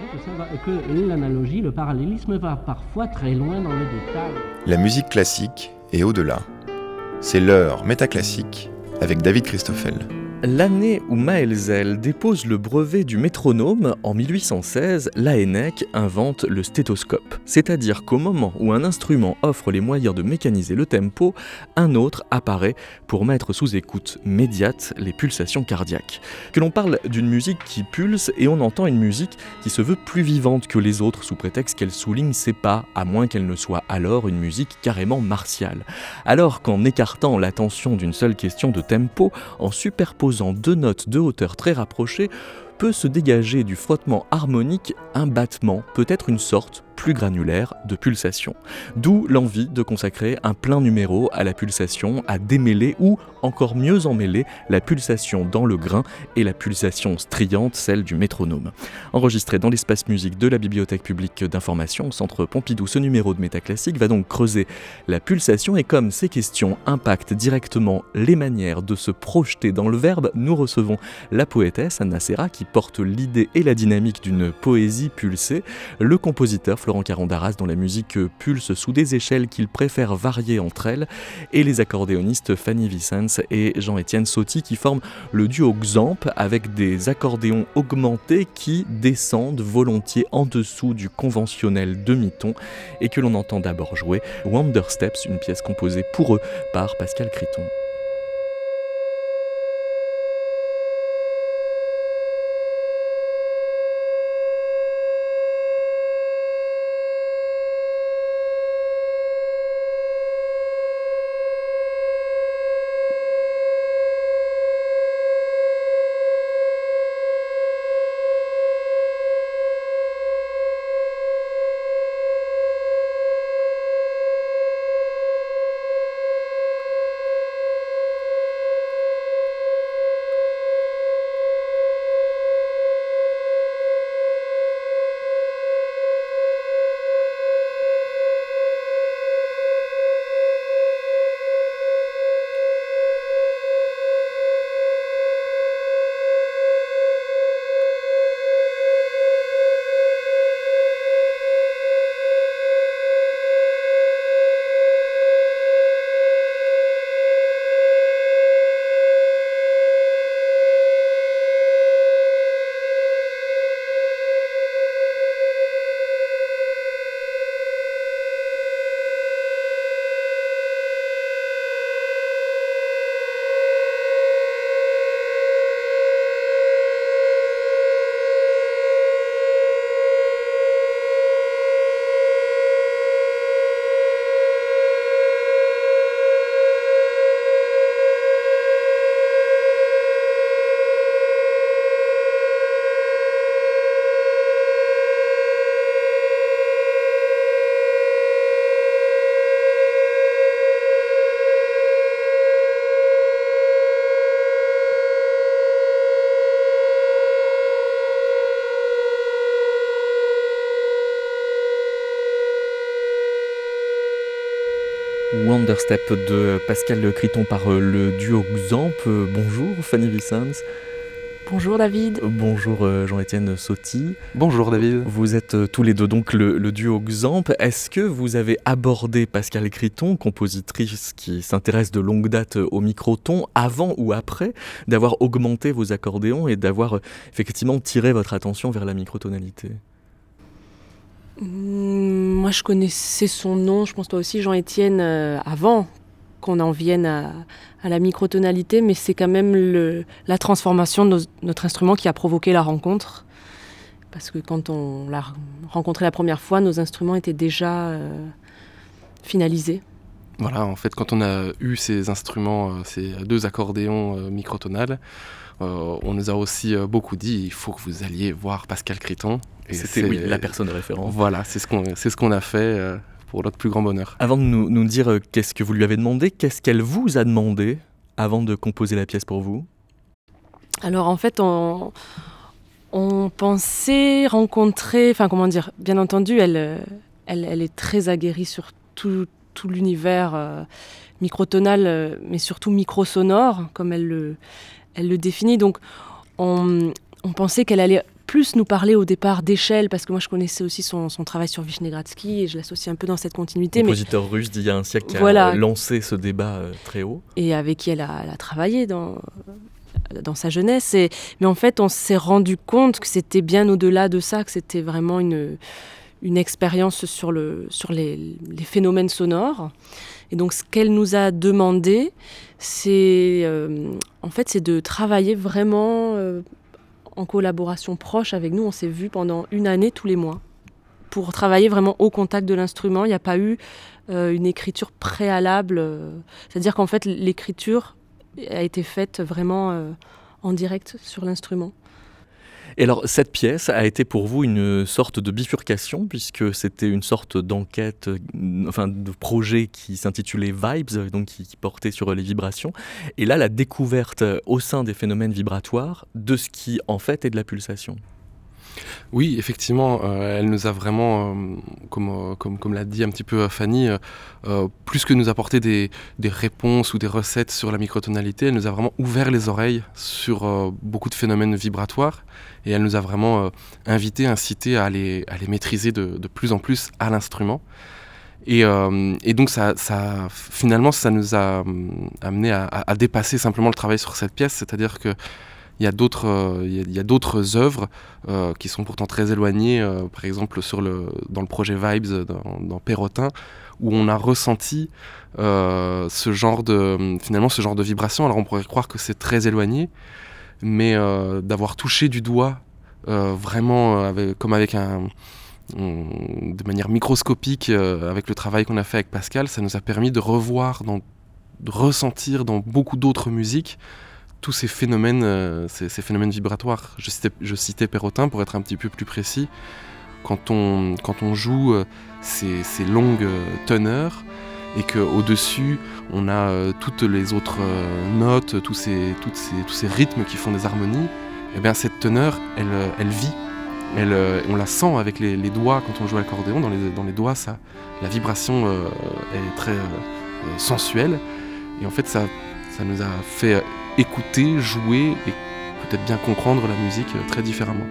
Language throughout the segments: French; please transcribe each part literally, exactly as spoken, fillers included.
que, ça va, que l'analogie, le parallélisme va parfois très loin dans le détail. La musique classique et au-delà. C'est l'heure métaclassique avec David Christoffel. L'année où Maelzel dépose le brevet du métronome, en mille huit cent seize, Laennec invente le stéthoscope. C'est-à-dire qu'au moment où un instrument offre les moyens de mécaniser le tempo, un autre apparaît pour mettre sous écoute médiate les pulsations cardiaques. Que l'on parle d'une musique qui pulse et on entend une musique qui se veut plus vivante que les autres sous prétexte qu'elle souligne ses pas, à moins qu'elle ne soit alors une musique carrément martiale. Alors qu'en écartant l'attention d'une seule question de tempo, en superposant deux notes de hauteur très rapprochées, peut se dégager du frottement harmonique un battement, peut-être une sorte plus granulaire de pulsation. D'où l'envie de consacrer un plein numéro à la pulsation, à démêler ou, encore mieux emmêler, la pulsation dans le grain et la pulsation striante, celle du métronome. Enregistré dans l'espace musique de la Bibliothèque publique d'information au Centre Pompidou, ce numéro de Métaclassique va donc creuser la pulsation et comme ces questions impactent directement les manières de se projeter dans le verbe, nous recevons la poétesse Anna Serra qui porte l'idée et la dynamique d'une poésie pulsée, le compositeur Florent Caron-Darras dont la musique pulse sous des échelles qu'il préfère varier entre elles, et les accordéonistes Fanny Vicens et Jean-Étienne Sauty qui forment le duo Xamp avec des accordéons augmentés qui descendent volontiers en dessous du conventionnel demi-ton et que l'on entend d'abord jouer Wonder Steps, une pièce composée pour eux par Pascal Criton. Wonder Step de Pascal Criton par le duo Xamp. Bonjour Fanny Vicens. Bonjour David. Bonjour Jean-Étienne Sauty. Bonjour David. Vous êtes tous les deux donc le, le duo Xamp. Est-ce que vous avez abordé Pascal Criton, compositrice qui s'intéresse de longue date au microton, avant ou après d'avoir augmenté vos accordéons et d'avoir effectivement tiré votre attention vers la microtonalité ? Moi, je connaissais son nom, je pense toi aussi, Jean-Étienne, euh, avant qu'on en vienne à, à la microtonalité, mais c'est quand même le, la transformation de nos, notre instrument qui a provoqué la rencontre. Parce que quand on l'a rencontré la première fois, nos instruments étaient déjà euh, finalisés. Voilà, en fait, quand on a eu ces instruments, euh, ces deux accordéons euh, microtonales, euh, on nous a aussi euh, beaucoup dit, il faut que vous alliez voir Pascal Criton. Et c'était oui, la personne de référence. Voilà, c'est ce qu'on, c'est ce qu'on a fait euh, pour notre plus grand bonheur. Avant de nous, nous dire euh, qu'est-ce que vous lui avez demandé, qu'est-ce qu'elle vous a demandé avant de composer la pièce pour vous ? Alors en fait, on, on pensait rencontrer, enfin comment dire, bien entendu, elle, elle, elle est très aguerrie sur tout, tout l'univers euh, microtonal, euh, mais surtout microsonore, comme elle le, elle le définit. Donc on, on pensait qu'elle allait plus nous parler au départ d'échelle, parce que moi je connaissais aussi son, son travail sur Vyshnegradsky et je l'associe un peu dans cette continuité. Compositeur mais... russe d'il y a un siècle qui voilà. a lancé ce débat euh, très haut. Et avec qui elle a, elle a travaillé dans, dans sa jeunesse. Et, mais en fait, on s'est rendu compte que c'était bien au-delà de ça, que c'était vraiment une, une expérience sur, le, sur les, les phénomènes sonores. Et donc ce qu'elle nous a demandé, c'est, euh, en fait, c'est de travailler vraiment... Euh, en collaboration proche avec nous. On s'est vus pendant une année tous les mois pour travailler vraiment au contact de l'instrument. Il n'y a pas eu euh, une écriture préalable. Euh, c'est-à-dire qu'en fait, l'écriture a été faite vraiment euh, en direct sur l'instrument. Et alors, cette pièce a été pour vous une sorte de bifurcation, puisque c'était une sorte d'enquête, euh, enfin de projet qui s'intitulait Vibes, donc qui, qui portait sur les vibrations. Et là, la découverte au sein des phénomènes vibratoires de ce qui, en fait, est de la pulsation. Oui, effectivement, euh, elle nous a vraiment, euh, comme, euh, comme, comme l'a dit un petit peu Fanny, euh, euh, plus que nous apporter des, des réponses ou des recettes sur la microtonalité, elle nous a vraiment ouvert les oreilles sur euh, beaucoup de phénomènes vibratoires et elle nous a vraiment euh, invité, incité à les, à les maîtriser de, de plus en plus à l'instrument. Et, euh, et donc ça, ça, finalement, ça nous a amené à, à, à dépasser simplement le travail sur cette pièce, c'est-à-dire que Il y a d'autres, euh, il y a d'autres œuvres euh, qui sont pourtant très éloignées, euh, par exemple sur le, dans le projet Vibes, dans, dans Perrotin, où on a ressenti euh, ce genre de, finalement ce genre de vibration. Alors on pourrait croire que c'est très éloigné, mais euh, d'avoir touché du doigt, euh, vraiment avec, comme avec un, de manière microscopique, euh, avec le travail qu'on a fait avec Pascal, ça nous a permis de revoir, dans, de ressentir dans beaucoup d'autres musiques tous ces phénomènes, euh, ces, ces phénomènes vibratoires. Je citais, je citais Perrotin pour être un petit peu plus précis. Quand on, quand on joue euh, ces, ces longues euh, teneurs et qu'au-dessus, on a euh, toutes les autres euh, notes, tous ces, toutes ces, tous ces rythmes qui font des harmonies, eh bien, cette teneur, elle, elle vit. Elle, euh, on la sent avec les, les doigts quand on joue à l'accordéon. Dans les, dans les doigts, ça, la vibration euh, est très euh, sensuelle. Et en fait, ça, ça nous a fait écouter, jouer et peut-être bien comprendre la musique très différemment.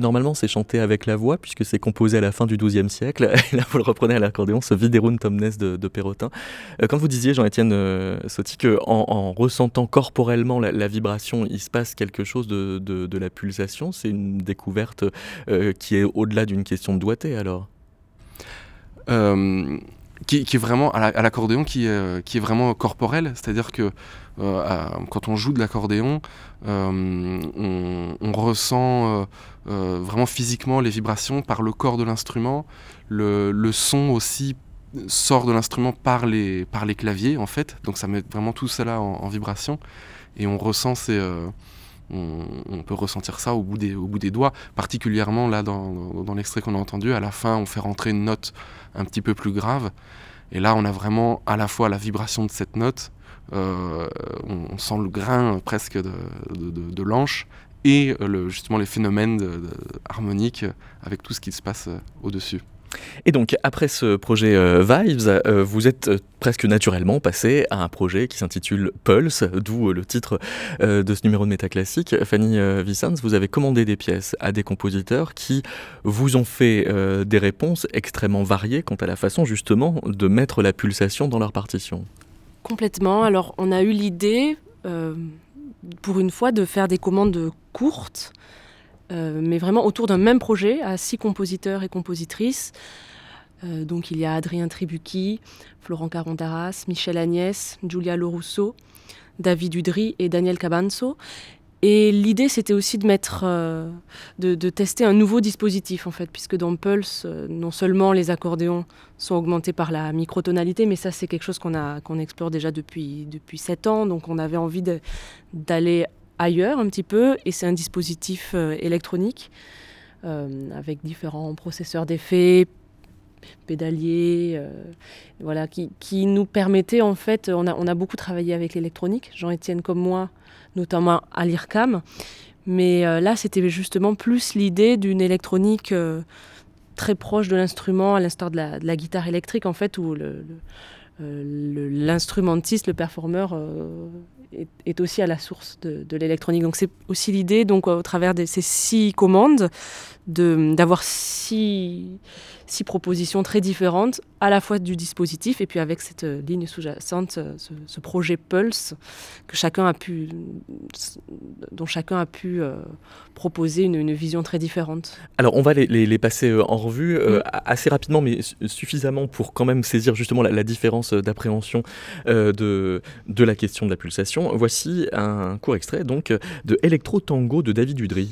Normalement, c'est chanté avec la voix, puisque c'est composé à la fin du douzième siècle. Et là, vous le reprenez à l'accordéon, ce Viderum Tomnes de, de Perrotin. Euh, quand vous disiez, Jean-Étienne euh, Sauty, qu'en en ressentant corporellement la, la vibration, il se passe quelque chose de, de, de la pulsation, c'est une découverte euh, qui est au-delà d'une question de doigté, alors euh, qui, qui est vraiment, à, la, à l'accordéon, qui, euh, qui est vraiment corporel, c'est-à-dire que euh, à, quand on joue de l'accordéon, euh, on, on ressent... Euh, Euh, vraiment physiquement les vibrations par le corps de l'instrument, le, le son aussi sort de l'instrument par les, par les claviers en fait, donc ça met vraiment tout cela en, en vibration et on ressent ces, euh, on, on peut ressentir ça au bout des, au bout des doigts, particulièrement là dans, dans l'extrait qu'on a entendu, à la fin on fait rentrer une note un petit peu plus grave et là on a vraiment à la fois la vibration de cette note, euh, on, on sent le grain presque de, de, de, de l'anche et le, justement les phénomènes de, de, harmoniques avec tout ce qui se passe euh, au-dessus. Et donc, après ce projet euh, Vibes, euh, vous êtes euh, presque naturellement passé à un projet qui s'intitule Pulse, d'où euh, le titre euh, de ce numéro de Métaclassique. Fanny euh, Vicens, vous avez commandé des pièces à des compositeurs qui vous ont fait euh, des réponses extrêmement variées quant à la façon justement de mettre la pulsation dans leur partition. Complètement. Alors, on a eu l'idée... Euh... pour une fois, de faire des commandes courtes, euh, mais vraiment autour d'un même projet, à six compositeurs et compositrices. Euh, donc il y a Adrien Tribucchi, Florent Carontaras, Michel Agnès, Giulia Lorusso, David Udry et Daniel Cabanzo. Et l'idée, c'était aussi de mettre, euh, de, de tester un nouveau dispositif, en fait, puisque dans Pulse, euh, non seulement les accordéons sont augmentés par la microtonalité, mais ça, c'est quelque chose qu'on a, qu'on explore déjà depuis, depuis sept ans, donc on avait envie de, d'aller ailleurs un petit peu, et c'est un dispositif euh, électronique, euh, avec différents processeurs d'effets, pédaliers, euh, voilà, qui, qui nous permettait, en fait, on a, on a beaucoup travaillé avec l'électronique, Jean-Étienne comme moi, notamment à l'I R C A M. Mais euh, là, c'était justement plus l'idée d'une électronique euh, très proche de l'instrument, à l'instar de la, de la guitare électrique, en fait, où le, le, euh, le, l'instrumentiste, le performeur, euh, est, est aussi à la source de, de l'électronique. Donc c'est aussi l'idée, donc, au travers de ces six commandes, de, d'avoir six, six propositions très différentes, à la fois du dispositif et puis avec cette euh, ligne sous-jacente, ce, ce projet Pulse que chacun a pu, dont chacun a pu euh, proposer une, une vision très différente. Alors on va les, les, les passer en revue euh, mmh. assez rapidement, mais suffisamment pour quand même saisir justement la, la différence d'appréhension euh, de, de la question de la pulsation. Voici un court extrait donc de Electro Tango de David Udry.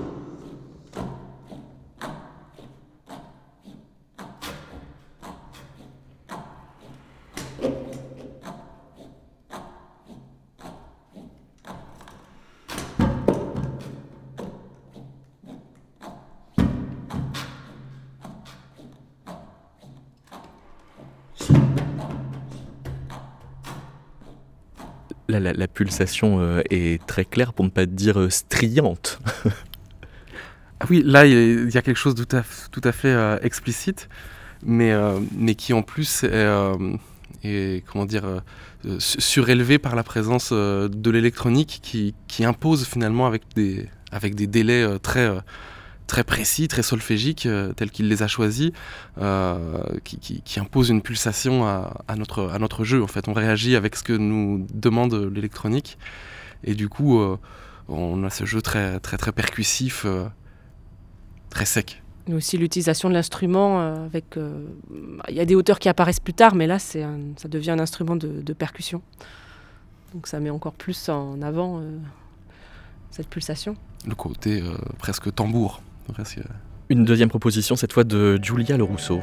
La, la, la pulsation euh, est très claire, pour ne pas dire euh, striante. Ah oui, là, il y, y a quelque chose de tout à, tout à fait euh, explicite, mais, euh, mais qui en plus est, euh, est comment dire, euh, surélevé par la présence euh, de l'électronique qui, qui impose finalement avec des, avec des délais euh, très... Euh, très précis, très solfégiques, euh, tels qu'il les a choisis, euh, qui, qui, qui impose une pulsation à, à, notre, à notre jeu. En fait, on réagit avec ce que nous demande l'électronique, et du coup, euh, on a ce jeu très, très, très percussif, euh, très sec. Et aussi l'utilisation de l'instrument, euh, avec, euh, il y a des hauteurs qui apparaissent plus tard, mais là, c'est un, ça devient un instrument de, de percussion. Donc ça met encore plus en avant euh, cette pulsation. Le côté euh, presque tambour. Presque. Une deuxième proposition, cette fois de Giulia Lorusso.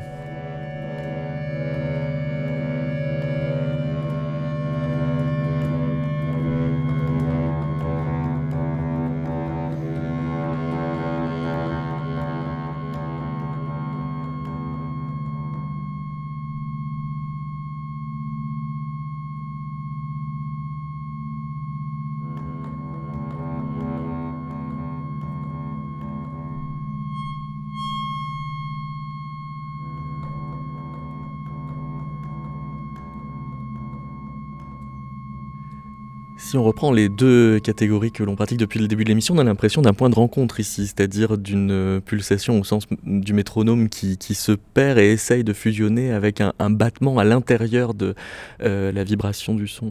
Si on reprend les deux catégories que l'on pratique depuis le début de l'émission, on a l'impression d'un point de rencontre ici, c'est-à-dire d'une pulsation au sens du métronome qui, qui se perd et essaye de fusionner avec un, un battement à l'intérieur de euh, la vibration du son.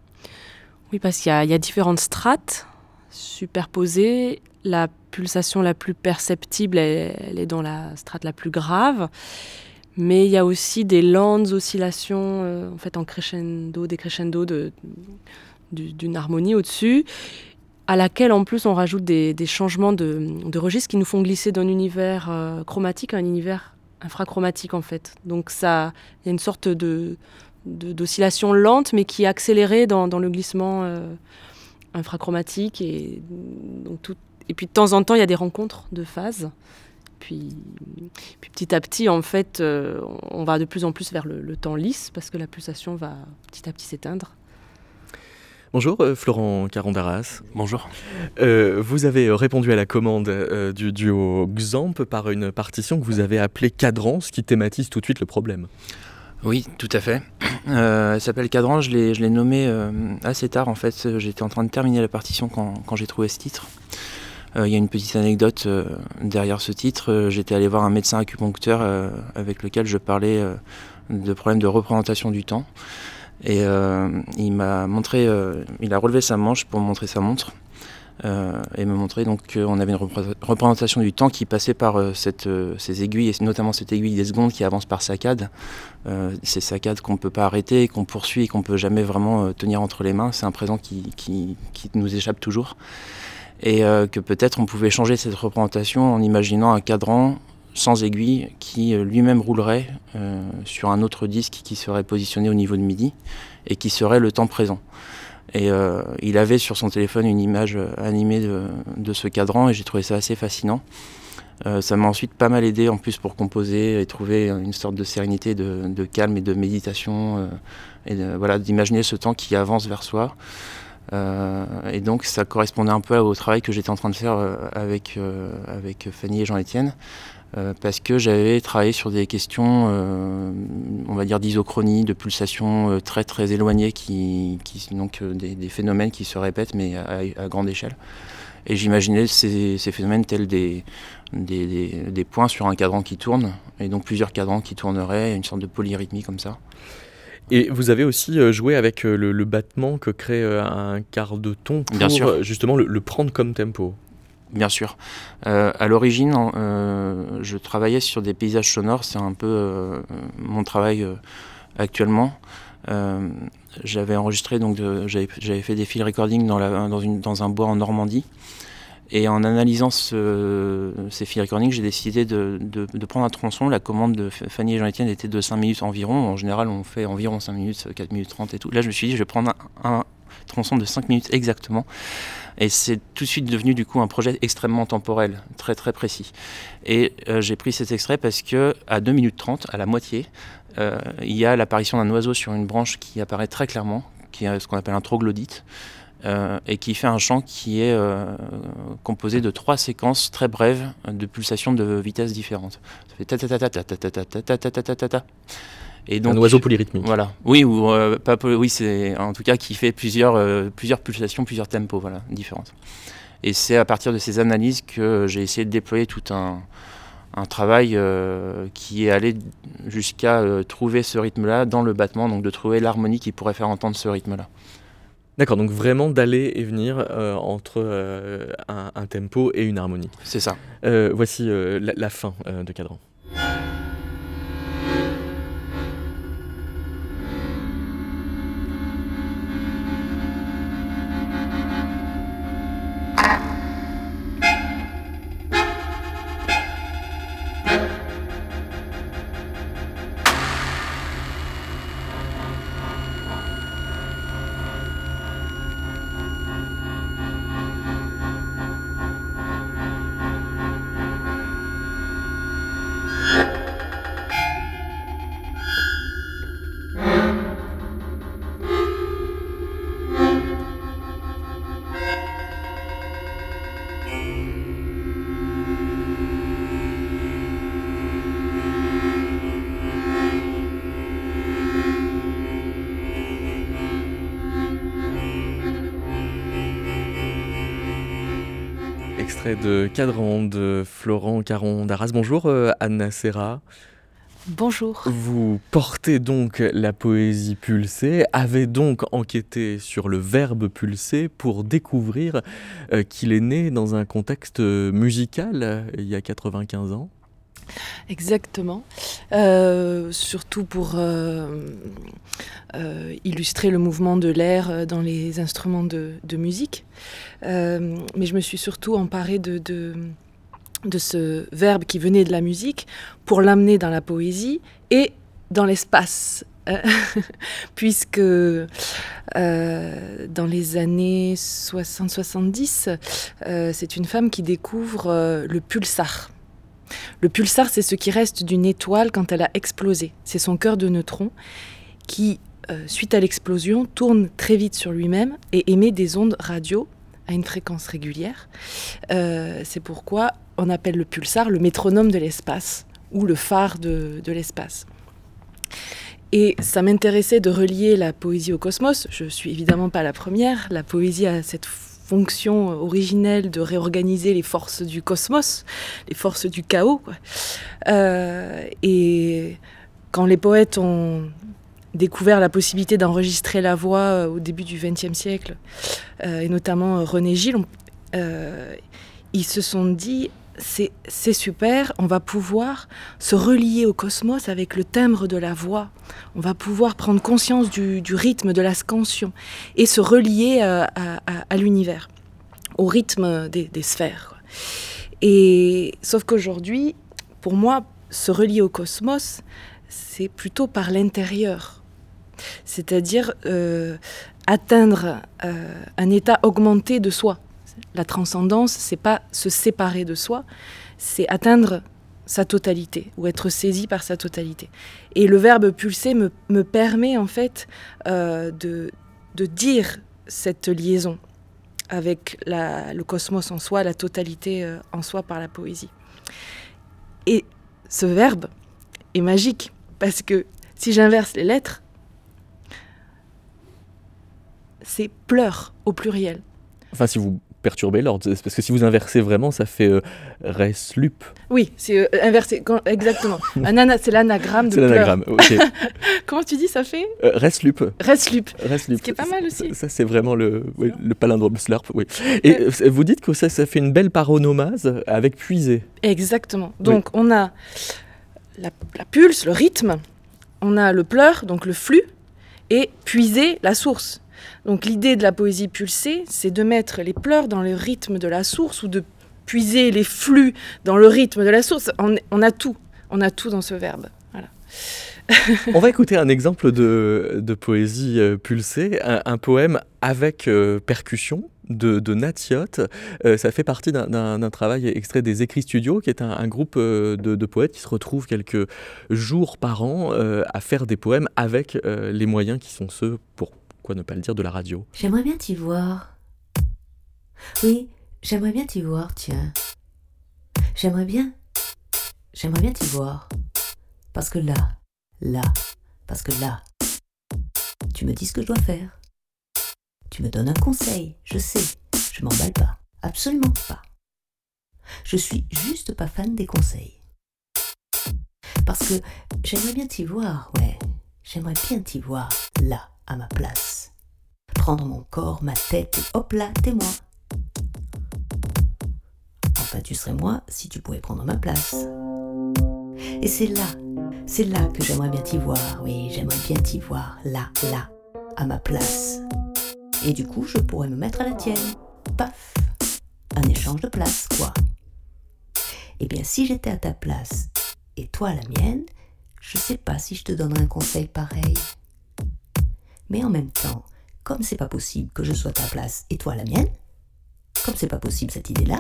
Oui, parce qu'il y a, il y a différentes strates superposées. La pulsation la plus perceptible, elle, elle est dans la strate la plus grave. Mais il y a aussi des lentes oscillations euh, en fait en crescendo, décrescendo de, de, d'une harmonie au-dessus, à laquelle en plus on rajoute des, des changements de, de registre qui nous font glisser d'un univers euh, chromatique à un univers infrachromatique en fait. Donc ça, il y a une sorte de, de, d'oscillation lente mais qui est accélérée dans, dans le glissement euh, infrachromatique. Et, donc tout, et puis de temps en temps il y a des rencontres de phases. Puis, puis petit à petit, en fait, euh, on va de plus en plus vers le, le temps lisse parce que la pulsation va petit à petit s'éteindre. Bonjour euh, Florent Caron-Darras. Bonjour. Euh, vous avez répondu à la commande euh, du duo Xamp par une partition que vous avez appelée Cadran, ce qui thématise tout de suite le problème. Oui, tout à fait. Euh, elle s'appelle Cadran, je l'ai, je l'ai nommée euh, assez tard en fait. J'étais en train de terminer la partition quand, quand j'ai trouvé ce titre. Il euh, y a une petite anecdote euh, derrière ce titre. Euh, j'étais allé voir un médecin acupuncteur euh, avec lequel je parlais euh, de problèmes de représentation du temps. Et euh, il m'a montré, euh, il a relevé sa manche pour me montrer sa montre euh, et me montrer donc qu'on avait une repré- représentation du temps qui passait par euh, cette, euh, ces aiguilles, et notamment cette aiguille des secondes qui avance par saccades. Euh, ces saccades qu'on ne peut pas arrêter, qu'on poursuit et qu'on ne peut jamais vraiment euh, tenir entre les mains. C'est un présent qui, qui, qui nous échappe toujours. Et euh, que peut-être on pouvait changer cette représentation en imaginant un cadran sans aiguille qui euh, lui-même roulerait euh, sur un autre disque qui serait positionné au niveau de midi et qui serait le temps présent. Et euh, il avait sur son téléphone une image animée de, de ce cadran et j'ai trouvé ça assez fascinant. Euh, ça m'a ensuite pas mal aidé en plus pour composer et trouver une sorte de sérénité, de, de calme et de méditation euh, et de, voilà, d'imaginer ce temps qui avance vers soi. Euh, et donc ça correspondait un peu au travail que j'étais en train de faire euh, avec, euh, avec Fanny et Jean-Étienne euh, parce que j'avais travaillé sur des questions euh, on va dire d'isochronie, de pulsations euh, très très éloignées qui, qui, donc euh, des, des phénomènes qui se répètent mais à, à grande échelle, et j'imaginais ces, ces phénomènes tels des, des, des, des points sur un cadran qui tourne, et donc plusieurs cadrans qui tourneraient, une sorte de polyrythmie comme ça. Et vous avez aussi joué avec le, le battement que crée un quart de ton pour justement le, le prendre comme tempo. Bien sûr. Euh, à l'origine, euh, je travaillais sur des paysages sonores, c'est un peu euh, mon travail euh, actuellement. Euh, j'avais enregistré, donc de, j'avais, j'avais fait des field recordings dans, la, dans, une, dans un bois en Normandie. Et en analysant ce, ces field recordings, j'ai décidé de, de, de prendre un tronçon. La commande de Fanny et Jean-Étienne était de cinq minutes environ. En général, on fait environ cinq minutes, quatre minutes trente et tout. Là, je me suis dit, je vais prendre un, un tronçon de cinq minutes exactement. Et c'est tout de suite devenu du coup un projet extrêmement temporel, très très précis. Et euh, j'ai pris cet extrait parce que à deux minutes trente, à la moitié, euh, il y a l'apparition d'un oiseau sur une branche qui apparaît très clairement, qui est ce qu'on appelle un troglodyte. Euh, et qui fait un chant qui est euh, composé de trois séquences très brèves de pulsations de vitesses différentes. Ça fait ta ta ta ta ta ta ta ta ta ta ta ta ta. Et donc, un oiseau polyrythmique. Voilà. Oui, ou euh, pas poly, oui, c'est en tout cas qui fait plusieurs euh, plusieurs pulsations, plusieurs tempos, voilà, différentes. Et c'est à partir de ces analyses que j'ai essayé de déployer tout un un travail euh, qui est allé jusqu'à euh, trouver ce rythme-là dans le battement, donc de trouver l'harmonie qui pourrait faire entendre ce rythme-là. D'accord, donc vraiment d'aller et venir euh, entre euh, un, un tempo et une harmonie. C'est ça. Euh, voici euh, la, la fin euh, de Cadran. extrait de Cadran de Florent Caron d'Arras. Bonjour euh, Anna Serra. Bonjour. Vous portez donc la poésie pulsée, avez donc enquêté sur le verbe pulser pour découvrir euh, qu'il est né dans un contexte musical euh, il y a quatre-vingt-quinze ans. Exactement. Euh, surtout pour euh, euh, illustrer le mouvement de l'air dans les instruments de, de musique. Euh, mais je me suis surtout emparée de... de de ce verbe qui venait de la musique pour l'amener dans la poésie et dans l'espace. Puisque euh, dans les années soixante soixante-dix, euh, c'est une femme qui découvre euh, le pulsar. Le pulsar, c'est ce qui reste d'une étoile quand elle a explosé. C'est son cœur de neutrons qui, euh, suite à l'explosion, tourne très vite sur lui-même et émet des ondes radio à une fréquence régulière. Euh, c'est pourquoi on appelle le pulsar le métronome de l'espace ou le phare de, de l'espace. Et ça m'intéressait de relier la poésie au cosmos. Je suis évidemment pas la première. La poésie a cette fonction originelle de réorganiser les forces du cosmos, les forces du chaos, quoi. Euh, et quand les poètes ont découvert la possibilité d'enregistrer la voix au début du vingtième siècle, euh, et notamment René Gilles, on, euh, ils se sont dit c'est, c'est super, on va pouvoir se relier au cosmos avec le timbre de la voix, on va pouvoir prendre conscience du, du rythme de la scansion et se relier à, à, à l'univers, au rythme des, des sphères, quoi. Et sauf qu'aujourd'hui, pour moi, se relier au cosmos, c'est plutôt par l'intérieur. C'est-à-dire euh, atteindre euh, un état augmenté de soi. La transcendance, c'est pas se séparer de soi, c'est atteindre sa totalité ou être saisi par sa totalité. Et le verbe pulser me, me permet en fait euh, de, de dire cette liaison avec la, le cosmos en soi, la totalité euh, en soi par la poésie. Et ce verbe est magique parce que si j'inverse les lettres, c'est pleure au pluriel. Enfin, si vous perturbez l'ordre, c'est parce que si vous inversez vraiment, ça fait euh, reslup. Oui, c'est euh, inversé, quand, exactement. Un ana, c'est l'anagramme de c'est pleur. l'anagramme, ok. Comment tu dis ça fait euh, Reslup. Reslup. Reslup. Ce qui est pas mal aussi. Ça, ça c'est vraiment le, oui, le palindrome slurp, oui. Et euh, vous dites que ça, ça fait une belle paronomase avec puiser. Exactement. Donc oui. on a la, la pulse, le rythme, on a le pleur, donc le flux, et puiser, la source. Donc l'idée de la poésie pulsée, c'est de mettre les pleurs dans le rythme de la source ou de puiser les flux dans le rythme de la source. On, on a tout, on a tout dans ce verbe. Voilà. On va écouter un exemple de, de poésie euh, pulsée, un, un poème avec euh, percussion de, de Natiot. Euh, ça fait partie d'un, d'un, d'un travail extrait des Écrits Studio, qui est un, un groupe euh, de, de poètes qui se retrouvent quelques jours par an euh, à faire des poèmes avec euh, les moyens qui sont ceux, pour quoi ne pas le dire, de la radio. J'aimerais bien t'y voir. Oui, j'aimerais bien t'y voir, tiens. J'aimerais bien. J'aimerais bien t'y voir. Parce que là, là, parce que là, tu me dis ce que je dois faire. Tu me donnes un conseil, je sais, je m'emballe pas, absolument pas. Je suis juste pas fan des conseils. Parce que j'aimerais bien t'y voir, ouais, j'aimerais bien t'y voir, là, à ma place. Prendre mon corps, ma tête, et hop là, t'es moi. Enfin, tu serais moi si tu pouvais prendre ma place. Et c'est là, c'est là que j'aimerais bien t'y voir, oui, j'aimerais bien t'y voir, là, là, à ma place. Et du coup, je pourrais me mettre à la tienne. Paf, un échange de place, quoi. Eh bien, si j'étais à ta place et toi à la mienne, je sais pas si je te donnerais un conseil pareil. Mais en même temps, comme c'est pas possible que je sois à ta place et toi à la mienne, comme c'est pas possible cette idée-là,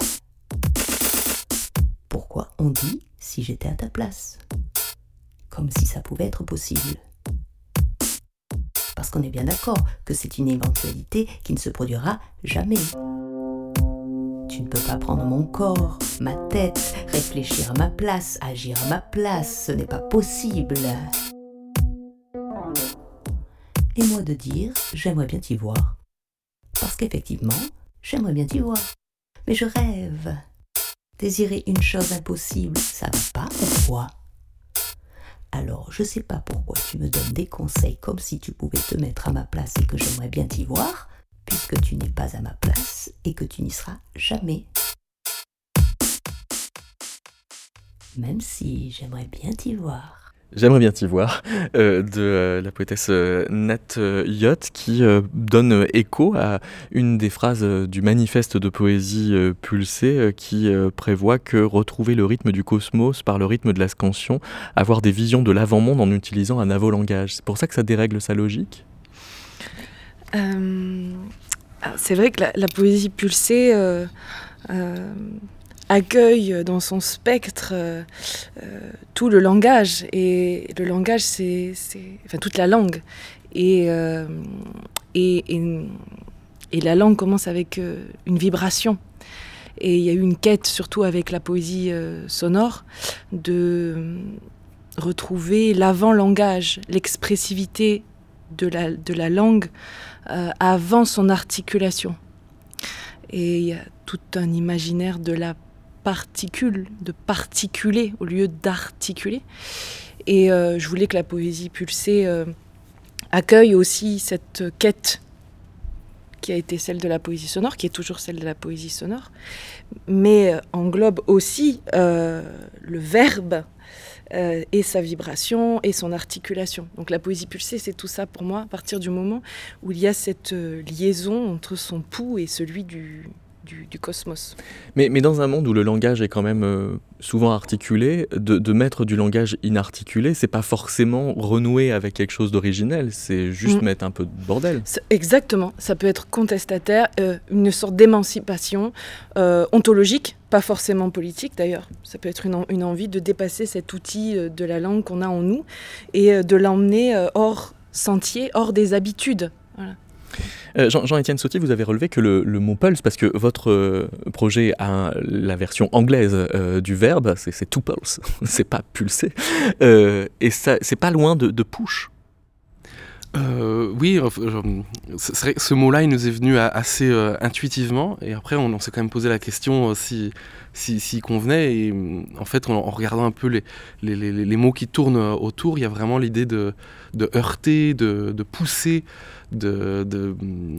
pourquoi on dit si j'étais à ta place? Comme si ça pouvait être possible. Parce qu'on est bien d'accord que c'est une éventualité qui ne se produira jamais. Tu ne peux pas prendre mon corps, ma tête, réfléchir à ma place, agir à ma place, ce n'est pas possible. Et moi de dire, j'aimerais bien t'y voir. Parce qu'effectivement, j'aimerais bien t'y voir. Mais je rêve, Désirer une chose impossible, ça va pas ou quoi? Alors, je sais pas pourquoi tu me donnes des conseils comme si tu pouvais te mettre à ma place et que j'aimerais bien t'y voir, puisque tu n'es pas à ma place et que tu n'y seras jamais. Même si j'aimerais bien t'y voir. J'aimerais bien t'y voir, euh, de euh, la poétesse euh, Nat euh, Yot, qui euh, donne euh, écho à une des phrases euh, du manifeste de poésie euh, pulsée euh, qui euh, prévoit que retrouver le rythme du cosmos par le rythme de la scansion, avoir des visions de l'avant-monde en utilisant un avo-langage. C'est pour ça que ça dérègle sa logique. Euh, c'est vrai que la, la poésie pulsée euh, euh, accueille dans son spectre euh, euh, tout le langage. Et le langage, c'est, c'est enfin, toute la langue. Et, euh, et, et, et la langue commence avec euh, une vibration. Et il y a eu une quête, surtout avec la poésie euh, sonore, de retrouver l'avant-langage, l'expressivité de la, de la langue euh, avant son articulation. Et il y a tout un imaginaire de la particule, de particuler au lieu d'articuler. Et euh, je voulais que la poésie pulsée euh, accueille aussi cette quête qui a été celle de la poésie sonore, qui est toujours celle de la poésie sonore, mais euh, englobe aussi euh, le verbe euh, et sa vibration et son articulation. Donc la poésie pulsée, c'est tout ça pour moi, à partir du moment où il y a cette euh, liaison entre son pouls et celui du, du, du cosmos. Mais, mais dans un monde où le langage est quand même euh, souvent articulé, de, de mettre du langage inarticulé, c'est pas forcément renouer avec quelque chose d'originel, c'est juste mmh. mettre un peu de bordel. C'est, exactement, ça peut être contestataire, euh, une sorte d'émancipation euh, ontologique, pas forcément politique d'ailleurs. Ça peut être une, en, une envie de dépasser cet outil euh, de la langue qu'on a en nous et euh, de l'emmener euh, hors sentier, hors des habitudes. Voilà. Euh, Jean, Jean-Étienne Sautier, vous avez relevé que le, le mot pulse, parce que votre euh, projet a la version anglaise euh, du verbe, c'est, c'est to pulse, c'est pas pulser, euh, et ça, c'est pas loin de, de push. Euh, oui, euh, c'est vrai que ce mot-là, il nous est venu à, assez euh, intuitivement, et après on, on s'est quand même posé la question euh, si, si, s'il convenait, et en fait en, en regardant un peu les, les, les, les mots qui tournent autour, il y a vraiment l'idée de, de heurter, de, de pousser, de, de,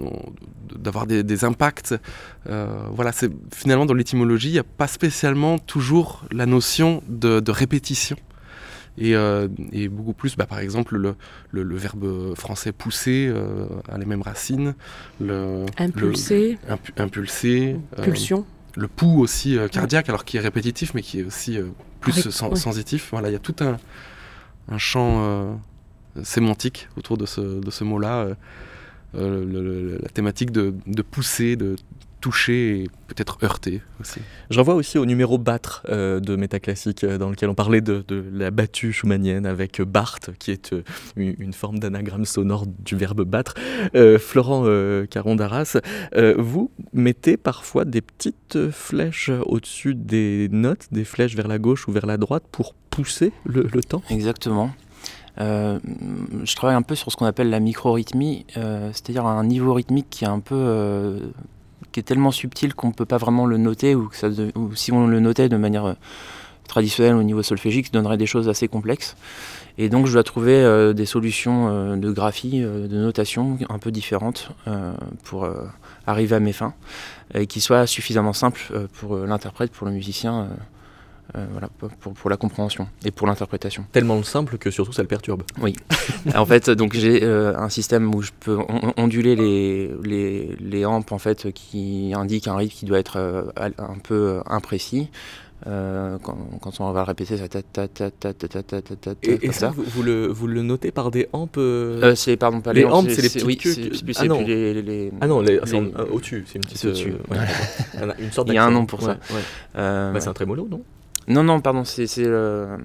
d'avoir des, des impacts. Euh, voilà, c'est, finalement dans l'étymologie, il n'y a pas spécialement toujours la notion de, de répétition. Et, euh, et beaucoup plus, bah, par exemple, le, le, le verbe français pousser euh, a les mêmes racines. Le, impulser. Le, impu, impulser. Pulsion. Euh, le pouls aussi euh, cardiaque, ouais. Alors qui est répétitif, mais qui est aussi euh, plus Avec, sen, ouais. sensitif. Voilà, il y a tout un, un champ euh, sémantique autour de ce, de ce mot-là. Euh, euh, le, le, la thématique de, de pousser, de toucher et peut-être heurter aussi. Je renvoie aussi au numéro Battre euh, de Métaclassique, euh, dans lequel on parlait de, de la battue schumannienne avec euh, Barthes, qui est euh, une, une forme d'anagramme sonore du verbe battre. Euh, Florent euh, Caron d'Arras, euh, vous mettez parfois des petites flèches au-dessus des notes, des flèches vers la gauche ou vers la droite pour pousser le, le temps. Exactement. Euh, je travaille un peu sur ce qu'on appelle la micro-rythmie, euh, c'est-à-dire un niveau rythmique qui est un peu... Euh, qui est tellement subtil qu'on ne peut pas vraiment le noter, ou, que ça de, ou si on le notait de manière euh, traditionnelle au niveau solfégique, ça donnerait des choses assez complexes. Et donc je dois trouver euh, des solutions euh, de graphie, euh, de notation un peu différentes euh, pour euh, arriver à mes fins, et qui soient suffisamment simples euh, pour euh, l'interprète, pour le musicien, euh, euh, voilà, pour, pour la compréhension et pour l'interprétation. Tellement simple que surtout ça le perturbe. Oui. En fait, donc j'ai euh, un système où je peux on- onduler les, les, les ampes en fait, qui indiquent un rythme qui doit être euh, un peu imprécis. Euh, quand, quand on va le répéter, ça ta ta ta ta ta ta ta ta ta. Et, et ça, vous, vous, le, vous le notez par des ampes euh... Euh, c'est pardon pas les, les ampes, c'est, c'est les c'est, petites oui, queues. c'est, c'est, ah c'est non, plus les, les, ah non, les, les, c'est en, euh, au-dessus, c'est une petite. C'est au-dessus. Euh, ouais. Une sorte. Il y a un nom pour ouais, ça. Ouais. Euh, bah, c'est un trémolo, non? Non non, pardon, c'est c'est euh,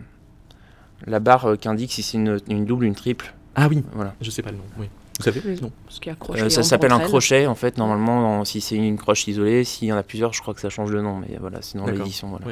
la barre qui indique si c'est une, une double, une triple. Ah oui. Voilà. Je sais pas le nom. Oui. Vous savez? Non. Ce qui accroche Euh, les ça ampes s'appelle un entre elles. crochet en fait, normalement, en, si c'est une croche isolée. S'il y en a plusieurs, je crois que ça change de nom, mais voilà, c'est dans D'accord. l'édition. Voilà. Oui.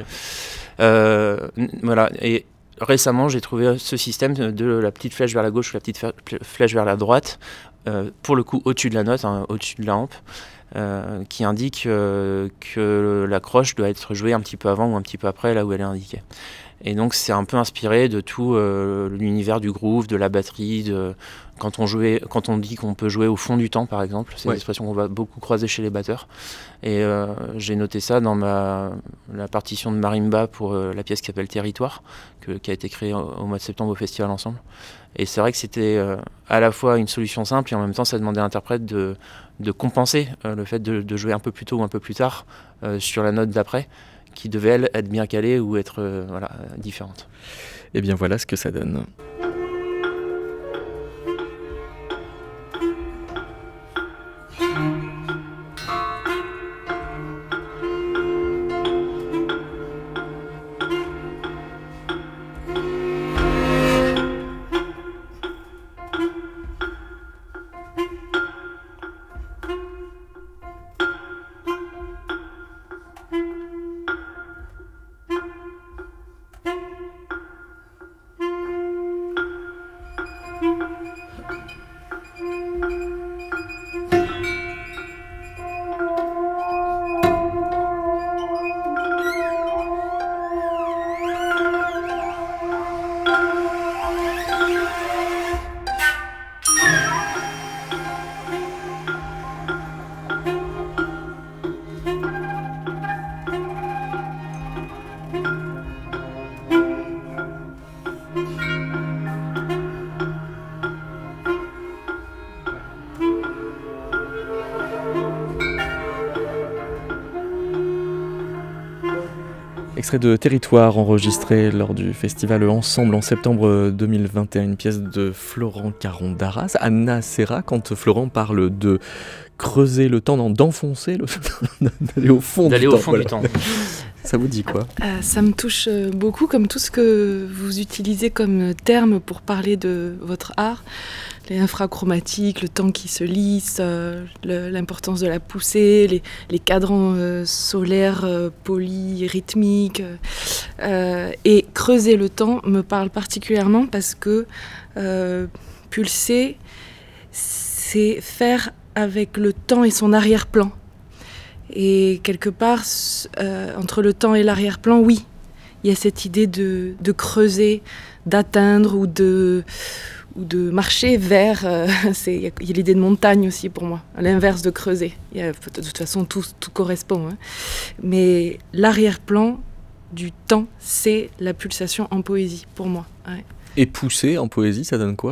Euh, n- voilà. Et récemment, j'ai trouvé ce système de la petite flèche vers la gauche ou la petite flèche vers la droite euh, pour le coup au-dessus de la note, hein, au-dessus de la hampe, euh, qui indique euh, que l'accroche doit être jouée un petit peu avant ou un petit peu après, là où elle est indiquée. Et donc c'est un peu inspiré de tout euh, l'univers du groove, de la batterie, de... Quand on, jouait, quand on dit qu'on peut jouer au fond du temps, par exemple, c'est ouais. une expression qu'on va beaucoup croiser chez les batteurs. Et euh, j'ai noté ça dans ma, la partition de marimba pour euh, la pièce qui s'appelle Territoire, que, qui a été créée au, au mois de septembre au Festival Ensemble. Et c'est vrai que c'était euh, à la fois une solution simple et en même temps ça demandait à l'interprète de, de compenser euh, le fait de, de jouer un peu plus tôt ou un peu plus tard euh, sur la note d'après, qui devait, elle, être bien calée ou être euh, voilà, différente. Et bien voilà ce que ça donne. Extrait de Territoire enregistré lors du festival Ensemble en septembre deux mille vingt et un, une pièce de Florent Caron d'Arras. Anna Serra, quand Florent parle de creuser le temps, d'enfoncer le d'aller au fond d'aller du au temps. fond Voilà. du temps. Ça vous dit quoi ? Euh, ça me touche beaucoup, comme tout ce que vous utilisez comme terme pour parler de votre art. Les infrachromatiques, le temps qui se lisse, euh, le, l'importance de la poussée, les, les cadrans euh, solaires euh, polis, rythmiques. Euh, et creuser le temps me parle particulièrement parce que euh, pulser, c'est faire avec le temps et son arrière-plan. Et quelque part, euh, entre le temps et l'arrière-plan, oui, il y a cette idée de, de creuser, d'atteindre ou de... ou de marcher vers... Euh, c'est, il y, y a l'idée de montagne aussi pour moi, à l'inverse de creuser. Y a, de toute façon, tout, tout correspond. Hein. Mais l'arrière-plan du temps, c'est la pulsation en poésie, pour moi. Ouais. Et pousser en poésie, ça donne quoi ?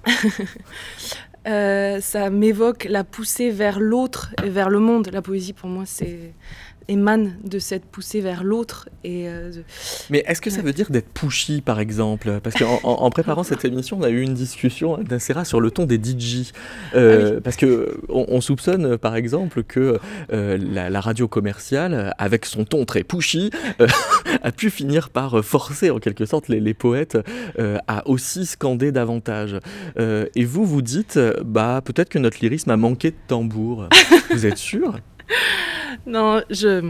euh, Ça m'évoque la poussée vers l'autre et vers le monde. La poésie, pour moi, c'est... émane de cette poussée vers l'autre. Et euh, de... Mais est-ce que ça veut dire d'être pushy, par exemple ? Parce qu'en en, en préparant cette émission, on a eu une discussion d'Ancera sur le ton des D J. Euh, ah oui. Parce qu'on on soupçonne, par exemple, que euh, la, la radio commerciale, avec son ton très pushy, euh, a pu finir par forcer, en quelque sorte, les, les poètes euh, à aussi scander davantage. Euh, et vous, vous dites, bah, peut-être que notre lyrisme a manqué de tambour. Vous êtes sûr ? Non, je,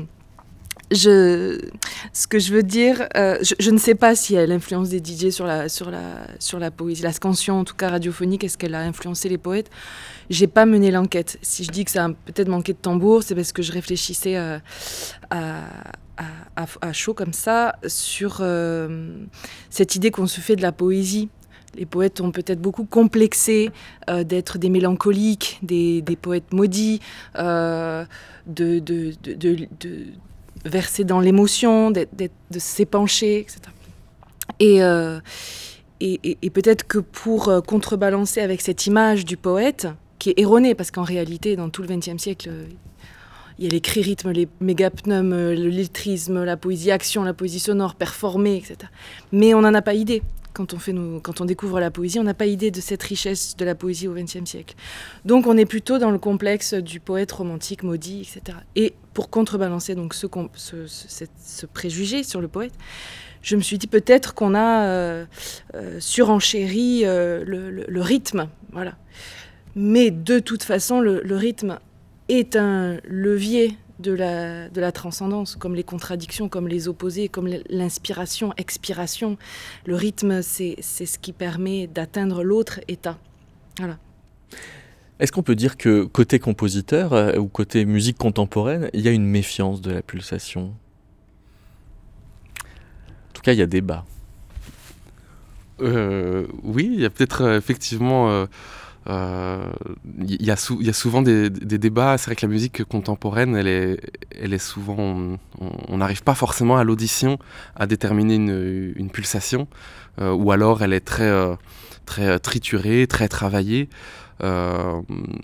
je, ce que je veux dire, euh, je, je ne sais pas si l'influence des D J sur la, sur la, sur la poésie, la scansion en tout cas radiophonique, est-ce qu'elle a influencé les poètes ? J'ai pas mené l'enquête. Si je dis que ça a peut-être manqué de tambour, c'est parce que je réfléchissais à, à, à, à, à chaud comme ça sur euh, cette idée qu'on se fait de la poésie. Les poètes ont peut-être beaucoup complexé euh, d'être des mélancoliques, des, des poètes maudits, euh, de, de, de, de, de verser dans l'émotion, d'être, d'être, de s'épancher, et cetera. Et, euh, et, et, et peut-être que pour euh, contrebalancer avec cette image du poète, qui est erronée, parce qu'en réalité, dans tout le vingtième siècle, euh, il y a les cris-rythmes, les mégapneums, le lettrisme, la poésie action, la poésie sonore, performée, et cetera. Mais on n'en a pas idée. Quand on, fait nos, quand on découvre la poésie, on n'a pas idée de cette richesse de la poésie au vingtième siècle. Donc on est plutôt dans le complexe du poète romantique, maudit, et cetera. Et pour contrebalancer donc ce, ce, ce, ce préjugé sur le poète, je me suis dit peut-être qu'on a euh, euh, surenchéri euh, le, le, le rythme. Voilà. Mais de toute façon, le, le rythme est un levier de la, de la transcendance, comme les contradictions, comme les opposés, comme l'inspiration, expiration. Le rythme, c'est, c'est ce qui permet d'atteindre l'autre état. Voilà. Est-ce qu'on peut dire que côté compositeur euh, ou côté musique contemporaine, il y a une méfiance de la pulsation ? En tout cas, il y a débat. Euh, oui, il y a peut-être euh, effectivement... Euh, euh, il y, a sou- il y a souvent des, des débats. C'est vrai que la musique contemporaine, elle est, elle est souvent... On n'arrive pas forcément à l'audition à déterminer une, une pulsation, euh, ou alors elle est très, euh, très triturée, très travaillée. Euh,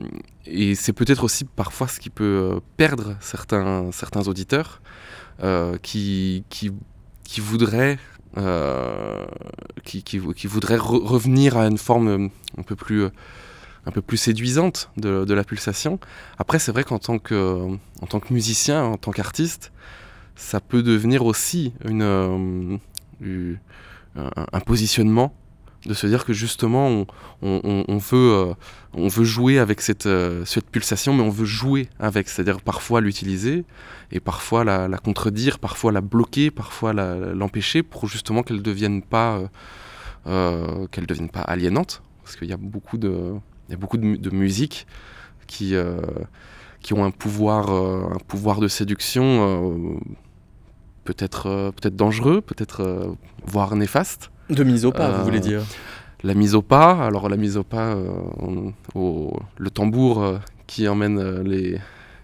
et c'est peut-être aussi parfois ce qui peut perdre certains, certains auditeurs euh, qui, qui, qui voudraient... Euh, qui, qui, qui voudrait re- revenir à une forme un peu plus, un peu plus séduisante de, de la pulsation. Après, c'est vrai qu'en tant que, en tant que musicien, en tant qu'artiste, ça peut devenir aussi une, une, un, un positionnement de se dire que justement, on, on, on, veut, euh, on veut jouer avec cette, euh, cette pulsation, mais on veut jouer avec, c'est-à-dire parfois l'utiliser, et parfois la, la contredire, parfois la bloquer, parfois la, l'empêcher, pour justement qu'elle ne devienne pas, euh, euh, qu'elle devienne pas aliénante, parce qu'il y a beaucoup de, il y a beaucoup de, de musique qui, euh, qui ont un pouvoir, euh, un pouvoir de séduction euh, peut-être, euh, peut-être dangereux, peut-être euh, voire néfaste. De mise au pas, Euh, vous voulez dire ? La mise au pas, alors la mise au pas, euh, on- au, le tambour euh, qui emmène euh, les,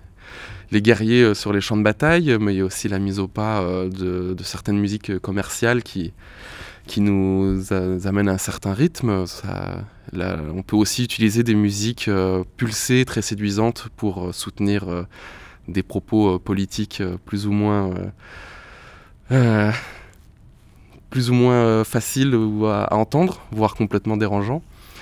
les guerriers euh, sur les champs de bataille, mais il y a aussi la mise au pas euh, de, de certaines musiques commerciales qui, qui nous a, amènent à un certain rythme. Ça, là, on peut aussi utiliser des musiques euh, pulsées, très séduisantes pour euh, soutenir euh, des propos euh, politiques euh, plus ou moins... Euh, euh, plus ou moins euh, facile à, à entendre, voire complètement dérangeant.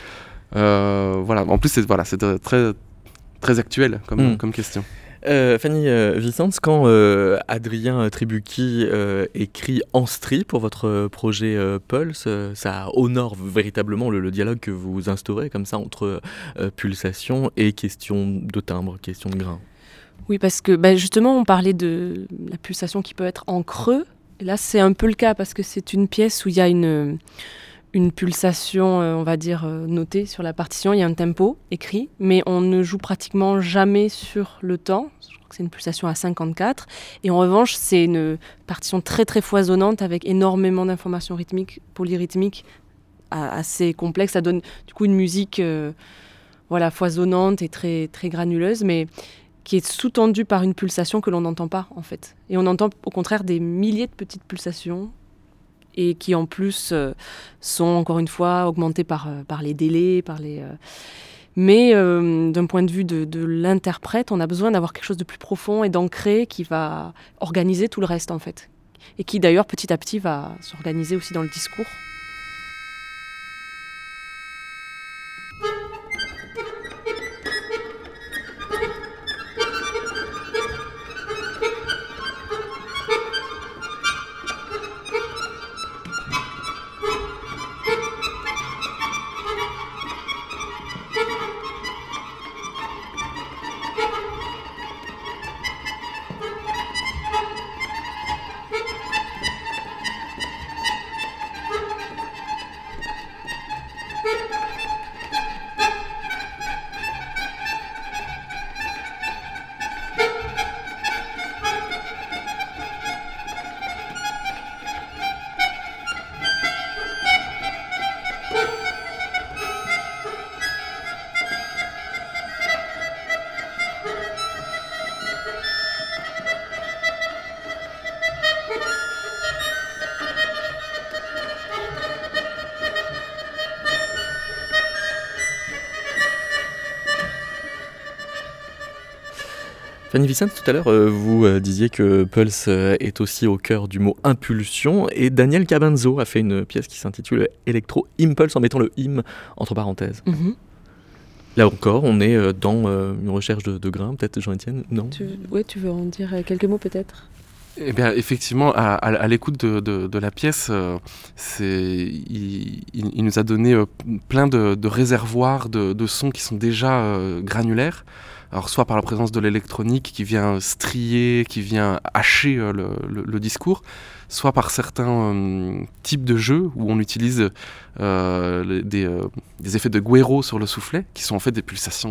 Euh, voilà. En plus, c'est, voilà, c'est euh, très, très actuel comme, Mm. comme question. Euh, Fanny euh, Vicens, quand euh, Adrien Tribucchi euh, écrit Anstri pour votre projet euh, Pulse, euh, ça honore véritablement le, le dialogue que vous instaurez comme ça entre euh, pulsation et question de timbre, question de grain. Oui, parce que bah, justement, on parlait de la pulsation qui peut être en creux. Et là, c'est un peu le cas parce que c'est une pièce où il y a une, une pulsation, euh, on va dire, euh, notée sur la partition. Il y a un tempo écrit, mais on ne joue pratiquement jamais sur le temps. Je crois que c'est une pulsation à cinquante-quatre. Et en revanche, c'est une partition très, très foisonnante avec énormément d'informations rythmiques, polyrythmiques, a- assez complexes. Ça donne du coup une musique euh, voilà, foisonnante et très, très granuleuse, mais qui est sous-tendu par une pulsation que l'on n'entend pas, en fait. Et on entend, au contraire, des milliers de petites pulsations, et qui, en plus, euh, sont, encore une fois, augmentées par, euh, par les délais, par les... Euh... Mais, euh, d'un point de vue de, de l'interprète, on a besoin d'avoir quelque chose de plus profond et d'ancré qui va organiser tout le reste, en fait. Et qui, d'ailleurs, petit à petit, va s'organiser aussi dans le discours. Fanny Vicens, tout à l'heure, euh, vous euh, disiez que Pulse euh, est aussi au cœur du mot impulsion, et Daniel Cabanzo a fait une pièce qui s'intitule Electro Impulse en mettant le im entre parenthèses. Mm-hmm. Là encore, on est euh, dans euh, une recherche de, de grain, peut-être, Jean-Étienne, non ? Tu... Oui, tu veux en dire quelques mots, peut-être ? Eh bien, effectivement, à, à, à l'écoute de, de, de la pièce, euh, c'est, il, il, il nous a donné euh, plein de, de réservoirs de, de sons qui sont déjà euh, granulaires. Alors, soit par la présence de l'électronique qui vient strier, qui vient hacher euh, le, le, le discours, soit par certains euh, types de jeux où on utilise euh, des, euh, des effets de guero sur le soufflet, qui sont en fait des pulsations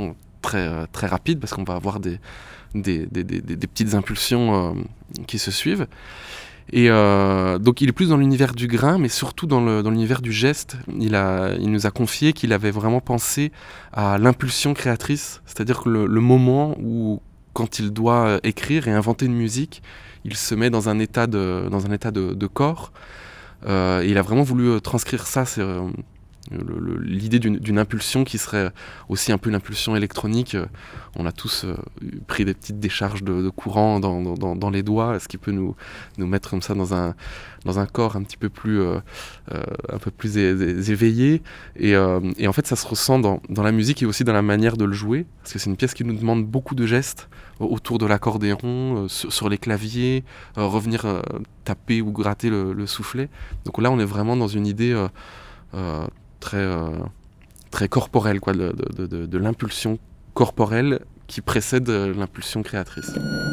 très, euh, très rapide, parce qu'on va avoir des, des, des, des, des petites impulsions euh, qui se suivent. Et euh, donc il est plus dans l'univers du grain, mais surtout dans, le, dans l'univers du geste. Il, a, il nous a confié qu'il avait vraiment pensé à l'impulsion créatrice, c'est-à-dire que le, le moment où, quand il doit écrire et inventer une musique, il se met dans un état de, dans un état de, de corps. Euh, et il a vraiment voulu transcrire ça, c'est euh, le, le, l'idée d'une, d'une impulsion qui serait aussi un peu une impulsion électronique. On a tous euh, pris des petites décharges de, de courant dans, dans, dans les doigts, ce qui peut nous, nous mettre comme ça dans un, dans un corps un petit peu plus, euh, euh, un peu plus é- é- éveillé. Et, euh, et en fait, ça se ressent dans, dans la musique et aussi dans la manière de le jouer, parce que c'est une pièce qui nous demande beaucoup de gestes autour de l'accordéon, euh, sur, sur les claviers, euh, revenir euh, taper ou gratter le, le soufflet. Donc là, on est vraiment dans une idée euh, euh, très, euh, très corporelle, quoi, de, de, de, de l'impulsion corporelle qui précède euh, l'impulsion créatrice.